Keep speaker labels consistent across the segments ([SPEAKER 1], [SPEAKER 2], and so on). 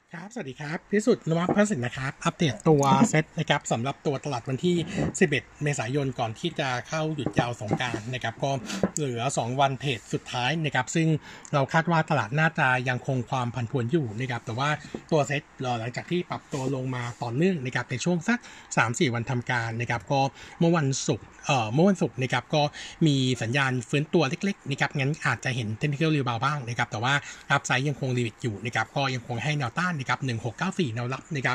[SPEAKER 1] ครับสวัสดีครับพิสุทธิ์นวัฒน์พสินนะครับอัปเดตตัวเซตนะครับสำหรับตัวตลาดวันที่11เมษายนก่อนที่จะเข้าหยุดยาวสงกรานต์นะครับก็เหลือ2วันเทรดสุดท้ายนะครับซึ่งเราคาดว่าตลาดน่าจะยังคงความผันผวนอยู่นะครับแต่ว่าตัวเซตหลังจากที่ปรับตัวลงมาต่อเนื่องนะครับในช่วงสัก 3-4 วันทำการนะครับก็เมื่อวันศุกร์นะครับก็มีสัญญาณฟื้นตัวเล็กๆนะครับงั้นอาจจะเห็นเทคนิคอลรีบาวบ้างนะครับแต่ว่าอัพไซด์ยังคงลิมิตอยู่นะครับก็ยังคงให้แนวต้านนะครับ1694แนวรับนะครับ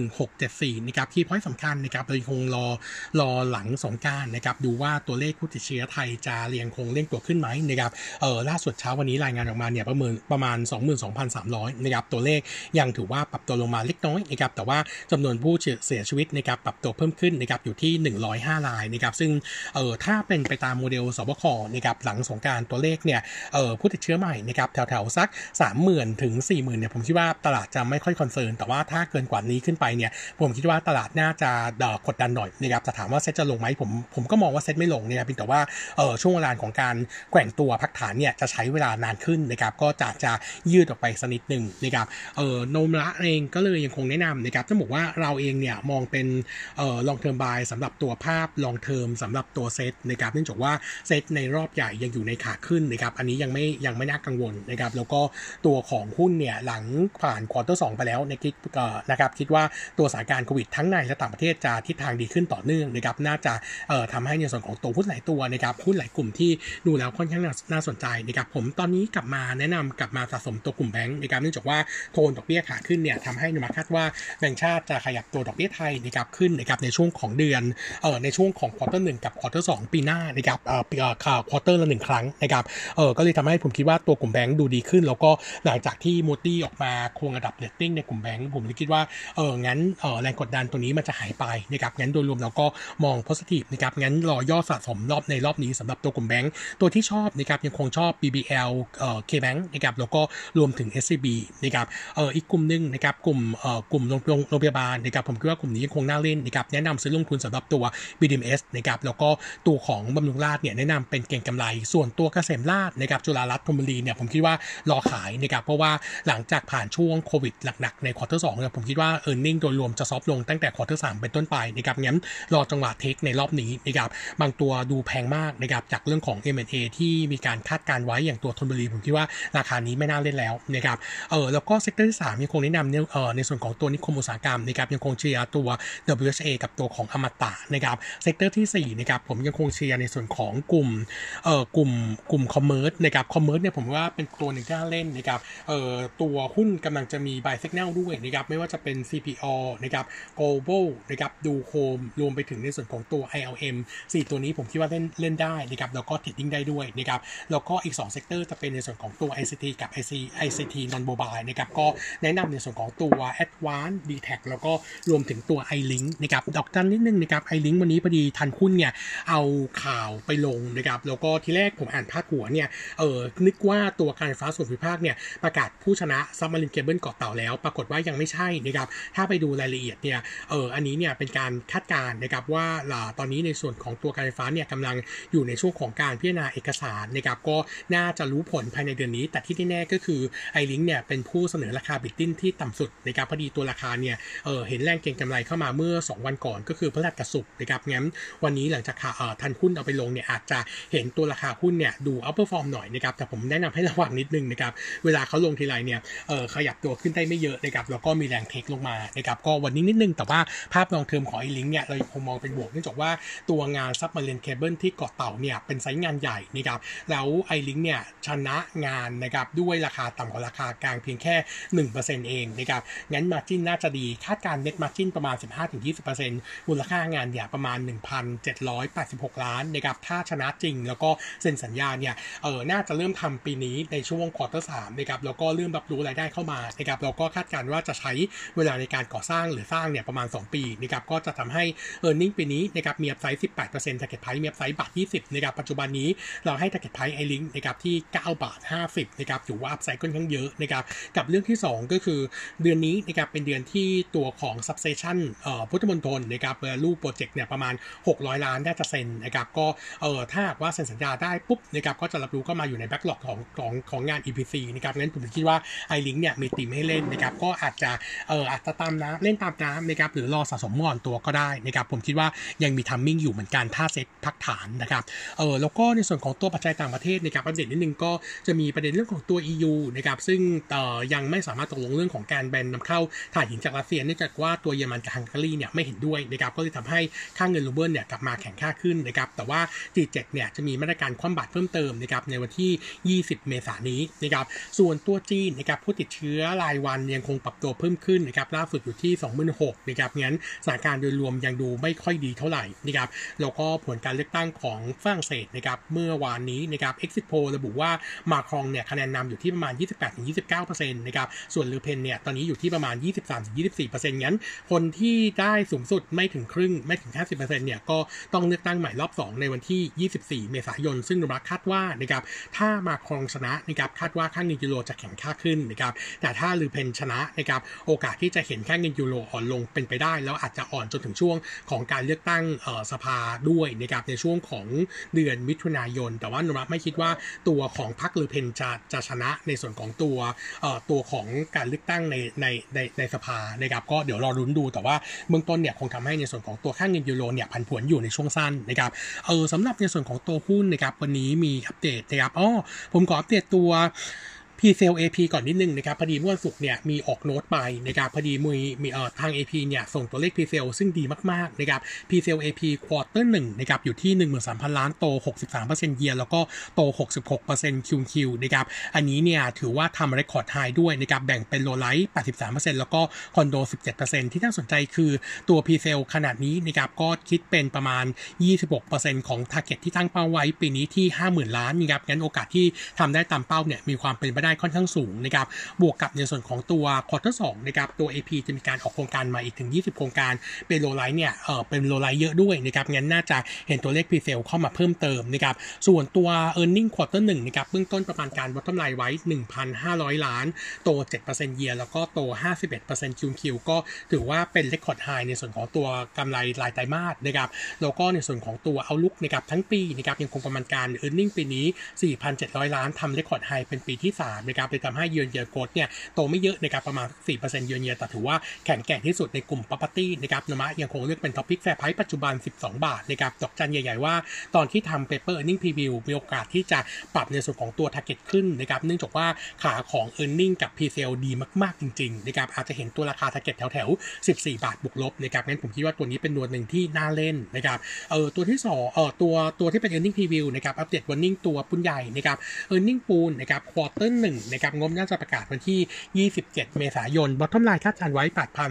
[SPEAKER 1] 1674นะครับคีย์พอยต์สำคัญนะครับเราคงรอหลังสงกรานต์นะครับดูว่าตัวเลขผู้ติดเชื้อไทยจะยังคงเร่งตัวขึ้นไหมนะครับล่าสุดเช้าวันนี้รายงานออกมาเนี่ยประมาณ 22,300 นะครับตัวเลขยังถือว่าปรับตัวลงมาเล็กน้อยนะครับแต่ว่าจำนวนผู้เสียชีวิตนะครับปรับตัวเพิ่มขึ้นนะครับอยู่ที่105รายนะครับซึ่งถ้าเป็นไปตามโมเดลสบคนะครับหลังสงกรานต์ตัวเลขเนี่ยผู้ติดเชื้อใหม่นะครับแถวๆสัก 30,000 ถึง 40,000 เนี่ยผมคิดว่าตลาดจะไม่ค่อยคอนเซิร์นแต่ว่าถ้าเกินกว่านี้ขึ้นไปเนี่ยผมคิดว่าตลาดน่าจะกดดันหน่อยนะครับแต่ถามว่าเซ็ตจะลงไหมผมก็มองว่าเซ็ตไม่ลงนะครับเพียงแต่ว่าช่วงเวลาของการแกว่งตัวพักฐานเนี่ยจะใช้เวลานานขึ้นนะครับก็จะยืดออกไปสักนิดนึงนะครับโนมระเองก็เลยยังคงแนะนำนะครับจะบอกว่าเราเองเนี่ยมองเป็นlong term buy สำหรับตัวภาพ long term สำหรับตัวเซ็ตนะครับเนื่องจากว่าเซ็ตในรอบใหญ่ยังอยู่ในขาขึ้นนะครับอันนี้ยังไม่น่ากังวลนะครับแล้วก็ตัวของหุ้นเนี่ยหลังผ่านควอเตอร์2ไปแล้วนะครับคิดว่าตัวสถานการณ์โควิดทั้งในและต่างประเทศจะทิศทางดีขึ้นต่อเนื่องนะครับน่าจะทำให้ในส่วนของตัวหุ้นหลายตัวนะครับหุ้นหลายกลุ่มที่ดูแล้วค่อนข้างน่าสนใจนะครับผมตอนนี้กลับมาสะสมตัวกลุ่มแบงก์นะครับเนื่องจากว่าโทนดอกเบี้ยขาขึ้นเนี่ยทำให้มาคาดว่าแบงก์ชาติจะขยับตัวดอกเบี้ยไทยนะครับขึ้นนะครับในช่วงของเดือนในช่วงของควอเตอร์1กับควอเตอร์2ปีหน้านะครับควอเตอร์ละ1ครั้งนะครับก็เลยทำให้ผมคิดว่าตัวกลุ่มแบงก์ดูดีขึ้นแล้วก็หลังจากที่มูดี้ออกมาควงระดับเรตติ้งในกลุ่มแบงก์ผมคิดว่างั้นแรงกดดันตัวนี้มันจะหายไปนะครับงั้นโดยรวมเราก็มอง positive นะครับงั้นรอย่อสะสมในรอบนี้สำหรับตัวกลุ่มแบงก์ตัวที่ชอบนะครับยังคงชอบ BBL KBank นะครับแล้วก็รวมถึง SCB นะครับอีกกลุ่มนึงนะครับกลุ่มโรงพยาบาลนะครับผมคิดว่ากลุ่มนี้ยังคงน่าเล่นนะครับแนะนำซื้อลงทุนสำหรับตัว BDMs นะครับแล้วก็ตัวของบำรุงราษฎร์เนี่ยแนะนำเป็นเก็งกำไรส่วนตัวเกษมราษฎร์นะครับจุฬารัตน์ธนบุรีเนี่ยผมคิดว่ารอขายนะครับเพราะว่าหลังจากผ่านช่วงโควิดหนักๆในควอเตอร์2เนี่ยผมคิดว่า earning โดยรวมจะซอฟต์ลงตั้งแต่ควอเตอร์3เป็นต้นไปนะครับงั้นรอจังหวะเทคในรอบนี้นะครับบางตัวดูแพงมากนะครับจากเรื่องของ M&A ที่มีการคาดการไว้อย่างตัวธนบุรีผมคิดว่าราคานี้ไม่น่าเล่นแล้วนะครับแล้วก็เซกเตอร์ที่3ยังคงแนะนำในส่วนของตัวนิคมอุตสาหกรรมนะครับยังคงเชียร์ตัว WHA กับตัวของอมตะนะครับเซกเตอร์ที่4นะครับผมยังคงเชียร์ในส่วนของกลุ่มคอมเมอร์สนะครับคอมเมอร์สเนี่ยผมว่าเป็นตัวหนึ่งที่น่าเล่นนะครับตัวหุ้นกำลังจะมี buy signal ด้วยนะครับไม่ว่าจะเป็น CPO นะครับ Global นะครับดูโฮมรวมไปถึงในส่วนของตัว ILM 4ตัวนี้ผมคิดว่าเล่นได้นะครับแล้วก็เทรดดิ้งได้ด้วยนะครับแล้วก็อีก2เซกเตอร์จะเป็นในส่วนของตัว ICT กับ ICT non mobile นะครับก็แนะนำในส่วนของตัว Advanced DTAC แล้วก็รวมถึงตัว iLink นะครับดอกจันนิดนึงนะครับ iLink วันนี้พอดีทันหุ้นเนี่ยเอาข่าวไปลงนะครับแล้วก็ทีแรกผมอ่านพาดหัวเนี่ยนึกว่าตัวการไฟฟ้าส่วนภูมิภาคเนี่ยประกาศผู้ชนะซับมารีนเคเบิลเกาะเต่าแล้วปรากฏว่ายังไม่ใช่นะครับถ้าไปดูรายละเอียดเนี่ยอันนี้เนี่ยเป็นการคาดการณ์นะครับว่าตอนนี้ในส่วนของตัวการไฟฟ้าเนี่ยกำลังอยู่ในช่วงของการพิจารณาเอกสารนะครับก็น่าจะรู้ผลภายในเดือนนี้แต่ที่แน่ๆก็คือไอลิงเนี่ยเป็นผู้เสนอราคาบิดดิ้นที่ต่ำสุดนะครับพอดีตัวราคาเนี่ยเห็นแรงเก็งกำไรเข้ามาเมื่อ2วันก่อนก็คือพฤหัสกับศุกร์นะครับงั้นวันนี้หลังจากทันหุ้นเอาไปลงเนี่ยอาจจะเห็นตัวราคาหุ้นเนี่ยดูอัพเปอร์ฟอร์มหน่อยนะครับแต่ผมแนะนำให้ระวังนิดนึงนะครับเวลาเขาลงทีไรเนี่ยขยับตัวขึ้นได้ไม่เยอะนะครับแล้วก็มีแรงเทคลงมานะครับก็วันนี้นิดนึงแต่ว่าภาพลองเทอมของไอลิงเนี่ยเราคงมองเป็นบวกเนื่องจากว่าตัวงานซับมารีนเคเบิลที่เกาะเต่าเนี่ยเป็นไซส์งานใหญ่นะครับแล้วไอลิงเนี่ยชนะงานนะครับด้วยราคาต่ำกว่าราคากลางเพียงแค่ 1% เองนะครับงั้นมาร์จิ้นน่าจะดีคาดการเน็ตมาร์จิ้นประมาณ 15-20% มูลค่างานเนี่ยประมาณ 1,786 ล้านนะครับถ้าชนะจริงแล้วก็เซ็นสัญญาเนี่ยน่าจะเริ่มทำปีนี้ในช่วงควอเตอร์3นะครับแล้วก็เริ่มรับรู้รายได้เข้ามานะครับแล้วก็คาดการณ์ว่าจะใช้เวลาในการก่อสร้างหรือสร้างเนี่ยประมาณ2ปีนะครับก็จะทำให้ earning ปีนี้นะครับมีอัพไซด์ 18% target price มีอัพไซด์บาท20นะครับปัจจุบันนี้เราให้ target price ไอลิงนะครับที่9.50 บาทนะครับถือว่าอัพไซด์ค่อนข้างเยอะนะครับกับเรื่องที่2ก็คือเดือนนี้นะครับเป็นเดือนที่ตัวของ substation พุทธมณฑลนะครับรูปโปรเจกต์เนี่ยประมาณ600 ล้านน่าจะเซ็นนะครับก็ถ้าหากว่าเซ็นสัญญาได้ปุ๊บนะครับก็จะรับรู้เข้ามาอยู่ในแบ็คล็อกของงาน EPC นะครับงั้นผมคิดว่าไอลิงเนี่ยมีทีมให้เล่นนนะครับก็อาจจะตามน้ำเล่นตามน้ำนะครับหรือรอสะสมก่อนตัวก็ได้นะครับผมคิดว่ายังมีทัมมิ่งอยู่เหมือนกันถ้าเซ็ตพักฐานนะครับแล้วก็ในส่วนของตัวปัจจัยต่างประเทศนะครับอัปเดตนิดนึงก็จะมีประเด็นเรื่องของตัว EU นะครับซึ่งยังไม่สามารถตกลงเรื่องของการแบนนำเข้าถ่านหินจากรัสเซียเนื่องจากว่าตัวเยอรมันกับฮังการีเนี่ยไม่เห็นด้วยนะครับก็เลยทำให้ค่าเงินรูเบิลเนี่ยกลับมาแข็งค่าขึ้นนะครับแต่ว่า G7 เนี่ยจะมีมาตรการคว่ำบาตรเพิ่มเติมนะครับในวันที่20เมษายนนี้นะครับส่วนตัวจีนนะครับผู้ติดเชื้อรายวันยังคงปรับตัวเพิ่มขึ้นนะครับล่าสุดอยู่ที่ 26,000 นะครับงั้นสถานการณ์โดยรวมยังดูไม่ค่อยดีเท่าไหร่นะครับแล้วก็ผลการเลือกตั้งของฝรั่งเศสนะครับเมื่อวานนี้นะครับ Exit Poll ระบุว่ามาครองเนี่ยคะแนนนำอยู่ที่ประมาณ 28-29% นะครับส่วนเลอเพนเนี่ยตอนนี้อยู่ที่ประมาณ 23-24% งั้นคนที่ได้สูงสุดไม่ถึงครึ่งไม่ถึง 50% เนี่ยก็ต้องเลือกตั้งใหม่รอบ2ในวันที่24เมษายนซึ่งรัฐคาดว่านะครับถ้ามาครองชนะนะครับคาดว่าค่าเงินยูโรจะแข็งค่าขึ้นนะครับแต่ถ้าเลอเพนชนะนะครับโอกาสที่จะเห็นค่าเงินยูโรอ่อนลงเป็นไปได้แล้วอาจจะอ่อนจนถึงช่วงของการเลือกตั้งสภาด้วยนะครับในช่วงของเดือนมิถุนายนแต่ว่านรัฐไม่คิดว่าตัวของพรรคเลอเพนจะชนะในส่วนของตัวของการเลือกตั้งในสภานะครับก็เดี๋ยวรอรุ้นดูแต่ว่าเบื้องต้นเนี่ยคงทำให้ในส่วนของตัวค่าเงินยูโรเนี่ยผันผวนอยู่ในช่วงสั้นนะครับสำหรับในส่วนของตัวหุ้นนะครับวันนี้มีอัปเดตนะครับผมขออัปเดตตัวP-Cell AP ก่อนนิดนึงนะครับพอดีเมื่อวันศุกร์เนี่ยมีออกโน้ตไปนะครับพอดีมีทาง AP เนี่ยส่งตัวเลข P-Cell ซึ่งดีมากๆนะครับ P-Cell AP Quarter 1นะครับอยู่ที่ 13,000 ล้านโต 63% year แล้วก็โต 66% QQ นะครับอันนี้เนี่ยถือว่าทำ record high ด้วยนะครับแบ่งเป็นโลไลท์ 83% แล้วก็คอนโด 17% ที่น่าสนใจคือตัว P-Cell ขนาดนี้นะครับก็คิดเป็นประมาณ 26% ของ target ที่ตั้งเป้าไว้ปีนี้ที่ 50,000 ล้านนะครับงั้นโอกาสที่ทำได้ตามเป้าเนี่ยมีความเป็นไปได้ค่อนข้างสูงนะครับบวกกับในส่วนของตัวควอเตอร์2นะครับตัว AP จะมีการออกโครงการมาอีกถึง20โครงการเป็นโลไลท์เนี่ยเป็นโลไลท์เยอะด้วยนะครับงั้นน่าจะเห็นตัวเลข Pre-sale เข้ามาเพิ่มเติมนะครับส่วนตัว earning quarter 1นะครับเบื้องต้นประมาณการ bottom line ไว้ 1,500 ล้านโต 7% year แล้วก็โต 51% QQ ก็ถือว่าเป็น record high ในส่วนของตัวกำไรรายไตรมาสนะครับแล้วก็ในส่วนของตัว outlook นะครับทั้งปีนะครับยังคงประมาณการ earning ปีนี้ 4,700 ล้านทำ record high เป็นปีที่3นะครับเลยทำให้เยือนเยียร์โกลด์เนี่ยโตไม่เยอะนะครับประมาณ 4% เยือนเยียร์แต่ถือว่าแข็งแกร่งที่สุดในกลุ่ม property นะครับนมะยังคงเลือกเป็น topic fair price ปัจจุบัน12 บาทนะครับดอกจันใหญ่ๆว่าตอนที่ทำ paper earning preview มีโอกาสที่จะปรับในส่วนของตัว target ขึ้นนะครับเนื่องจากว่าขาของ earning กับ pre-sale ดีมากๆจริงๆนะครับอาจจะเห็นตัวราคา target แถวๆ14 บาทบวกลบนะครับงั้นผมคิดว่าตัวนี้เป็นตัวหนึ่งที่น่าเล่นนะครับตัวที่2ตัวที่เป็น earning preview นะครับอัปเดต warning ตัวปุ้นใหญ่นะครับ earning ปูนนะครับควอเตอร์1นะครับงบน่าจะประกาศวันที่27เมษายน bottom line คาดการไว้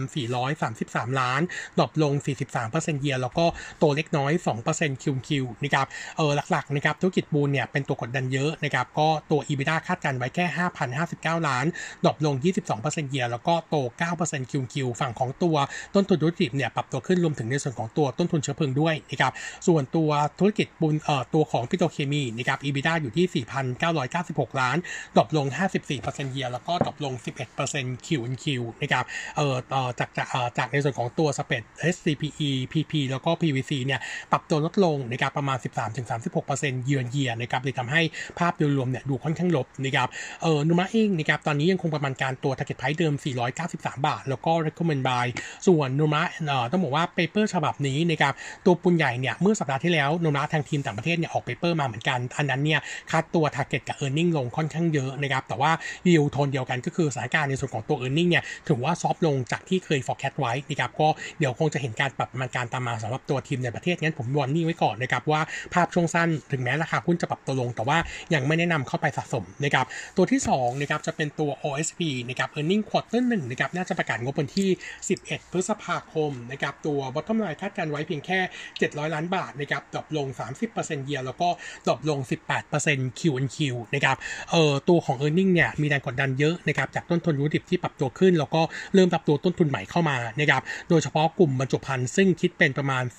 [SPEAKER 1] 8,433 ล้านดรอปลง 43% year แล้วก็โตเล็กน้อย 2% QQ นะครับหลักๆนะครับธุรกิจปูนเนี่ยเป็นตัวกดดันเยอะนะครับก็ตัว EBITDA คาดการไว้แค่ 5,059 ล้านดรอปลง 22% year แล้วก็โต 9% QQ ฝั่งของตัวต้นทุนธุรกิจเนี่ยปรับตัวขึ้นรวมถึงในส่วนของตัวต้นทุนเชื้อเพลิงด้วยนะครับส่วนตัวธุรกิจปูนตัวของปิโตรเคมีนะครับ EBITDA อยู่ที่ 4,996 ล้านดรอปลง 54% year แล้วก็ดรอปลง 11% QQ นะครับจากในส่วนของตัวสเปด SCPE PP แล้วก็ PVC เนี่ยปรับตัวลดลงนะครับประมาณ 13-36% year on year นะครับเลยทำให้ภาพโดยรวมเนี่ยดูค่อนข้างลบนะครับนุมะเองนะครับตอนนี้ยังคงประมาณการตัว target price เดิม493 บาทแล้วก็ recommend buy ส่วนนุมะต้องบอกว่า paper ฉบับนี้นะครับตัวปุนใหญ่เนี่ยเมื่อสัปดาห์ที่แล้วนุมะทางทีมต่างประเทศเนี่ยออก paper มาเหมือนกันอันนั้นเนี่ยคัดตัว target กับ earning ลงค่อนข้างเยอะนะครับแต่ว่ายิวโทนเดียวกันก็คือสถานการณ์ในส่วนของตัว earning เนี่ยถือว่าซอฟต์ลงจากที่เคย forecast ไว้นะครับก็เดี๋ยวคงจะเห็นการปรับประมาณการตามมาสำหรับตัวทีมในประเทศงั้นผมวอร์นิ่งไว้ก่อนนะครับว่าภาพช่วงสั้นถึงแม้ราคาหุ้นจะปรับตัวลงแต่ว่ายังไม่แนะนำเข้าไปสะสมนะครับตัวที่2นะครับจะเป็นตัว OSP นะครับ earning quarter 1นะครับน่าจะประกาศงบวันที่11พฤษภาคมนะครับตัว bottom line คาดการไว้เพียงแค่700 ล้านบาทนะครับดรอปลง 30% year แล้วก็ดรอปลง 18% QNQ นะครับตัวของ earning เนี่ยมีแรงกดดันเยอะนะครับจากต้นทุนวัตถุดิบที่ปรับตัวขึ้นแล้วก็เริ่มปรับตัวต้นทุนใหม่เข้ามานะครับโดยเฉพาะกลุ่มบรรจุภัณฑ์ซึ่งคิดเป็นประมาณ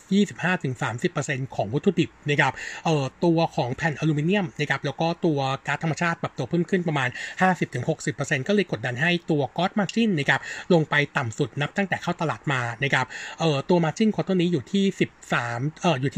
[SPEAKER 1] 25-30% ของวัตถุดิบนะครับตัวของแผ่นอลูมิเนียมนะครับแล้วก็ตัวก๊าซธรรมชาติปรับตัวเพิ่มขึ้นประมาณ 50-60% ก็เลยกดดันให้ตัว gross margin นะครับลงไปต่ำสุดนับตั้งแต่เข้าตลาดมานะครับตัว margin ควอเตอร์นี้อยู่ที่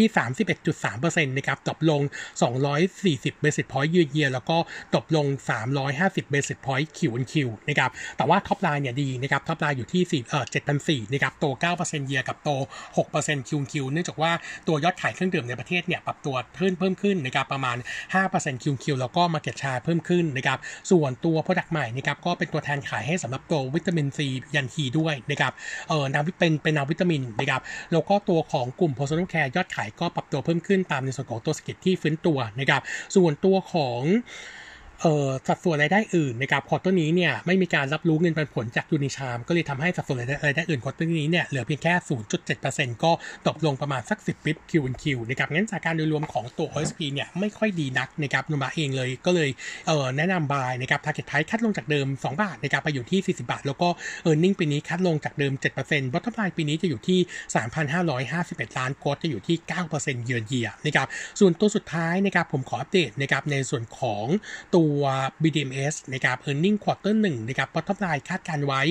[SPEAKER 1] 31.3% นะครับดรอปลง240 basis point year แล้วก็ดรอปลง 350 basis point Q&Q นะครับแต่ว่าท็อปไลน์เนี่ยดีนะครับท็อปไลน์อยู่ที่7,400นะครับโต 9% year กับโต 6% Q&Q เนื่องจากว่าตัวยอดขายเครื่องดื่มในประเทศเนี่ยปรับตัวเพิ่มขึ้นนะครับประมาณ 5% Q&Q แล้วก็ market share เพิ่มขึ้นนะครับส่วนตัว product ใหม่นะครับก็เป็นตัวแทนขายให้สำหรับตัววิตามินซียันฮีด้วยนะครับน้ำเป็นน้ำวิตามินนะครับแล้วก็ตัวของกลุ่ม personal care ยอดขายก็ปรับตัวเพิ่มขึ้นตามในส่วนของตัวเศรษฐกิจที่ฟื้นตัวนะครับส่วนตัวของสัดส่วนรายได้อื่นนะครับควอเตอร์นี้เนี่ยไม่มีการรับรู้เงินปันผลจากยูนิชามก็เลยทำให้สัดส่วนรายได้อื่นควอเตอร์นี้เนี่ยเหลือเพียงแค่ 0.7% ก็ตกลงประมาณสัก10ปิ๊บ Q&Q นะครับงั้นจากการโดยรวมของตัว OSP เนี่ยไม่ค่อยดีนักนะครับนุมาเองเลยก็เลยแนะนำ buy นะครับ target price คัดลงจากเดิม2 บาทนะครับไปอยู่ที่40 บาทแล้วก็ earning ปีนี้คัดลงจากเดิม 7% bottom line ปีนี้จะอยู่ที่ 3,551 ล้านโกลจะอยู่ที่ 9% year นะครับส่วนตัวสุดท้ายนะครับผมขออัปเดตนะครับในส่วนของตัวBDMs นะครับ earning quarter 1นะครับ bottom line คาดการไว้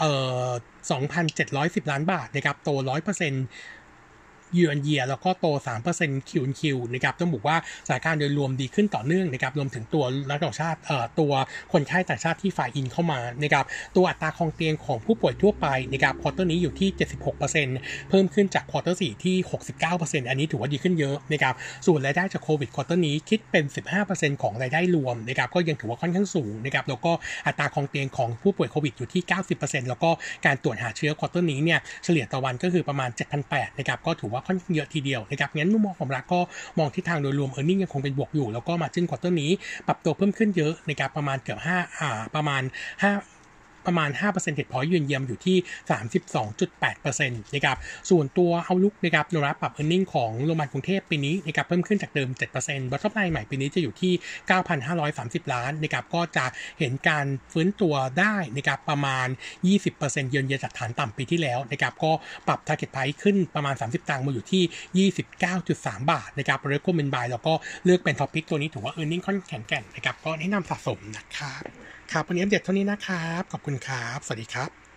[SPEAKER 1] 2,710 ล้านบาทนะครับโต 100% year แล้วก็โต 3% Q&Q นะครับต้องบอกว่าสถานการณ์โดยรวมดีขึ้นต่อเนื่องนะครับรวมถึงตัวนักต่างชาติตัวคนไข้ต่างชาติที่ฝ่ายอินเข้ามานะครับตัวอัตราครองเตียงของผู้ป่วยทั่วไปนะครับควอเตอร์นี้อยู่ที่ 76% เพิ่มขึ้นจากควอเตอร์4ที่ 69% อันนี้ถือว่าดีขึ้นเยอะนะครับส่วนรายได้จากโควิดควอเตอร์นี้คิดเป็น 15% ของรายได้รวมนะครับก็ยังถือว่าค่อนข้างสูงนะครับแล้วก็อัตราครองเตียงของผู้ป่วยโควิดอยู่ที่ 90% แล้วก็การตรวจหาเชื้อควอเตอร์นี้เนี่ยเฉลี่ยต่อวันก็คือประมาณ 7,800 นะครับก็ถือว่าค่อนข้างเยอะทีเดียวนะครับงั้นมุมมองของเราก็มองทิศทางโดยรวม earning ยังคงเป็นบวกอยู่แล้วก็ margin quarter นี้ปรับตัวเพิ่มขึ้นเยอะนะครับประมาณเกือบประมาณ5 percentage point ยืนเยี่ยมอยู่ที่ 32.8% นะครับส่วนตัวเอาลุกนะครับโนราปรับ earning ของโรงพยาบาลกรุงเทพปีนี้นะครับเพิ่มขึ้นจากเดิม 7% bottom line ใหม่ปีนี้จะอยู่ที่ 9,530 ล้านนะครับก็จะเห็นการฟื้นตัวได้นะครับประมาณ 20% เยือนเยียจากฐานต่ำปีที่แล้วนะครับก็ปรับ target price ขึ้นประมาณ30 ตังค์มาอยู่ที่ 29.3 บาทนะครับ recommend buy แล้วก็เลือกเป็น topic ตัวนี้ถือว่า earning ค่อนข้างแข็งแกร่งนะครับก็แนะนำสะสมนะครับครับวันนี้อัปเดตเท่านี้นะครับขอบคุณครับสวัสดีครับ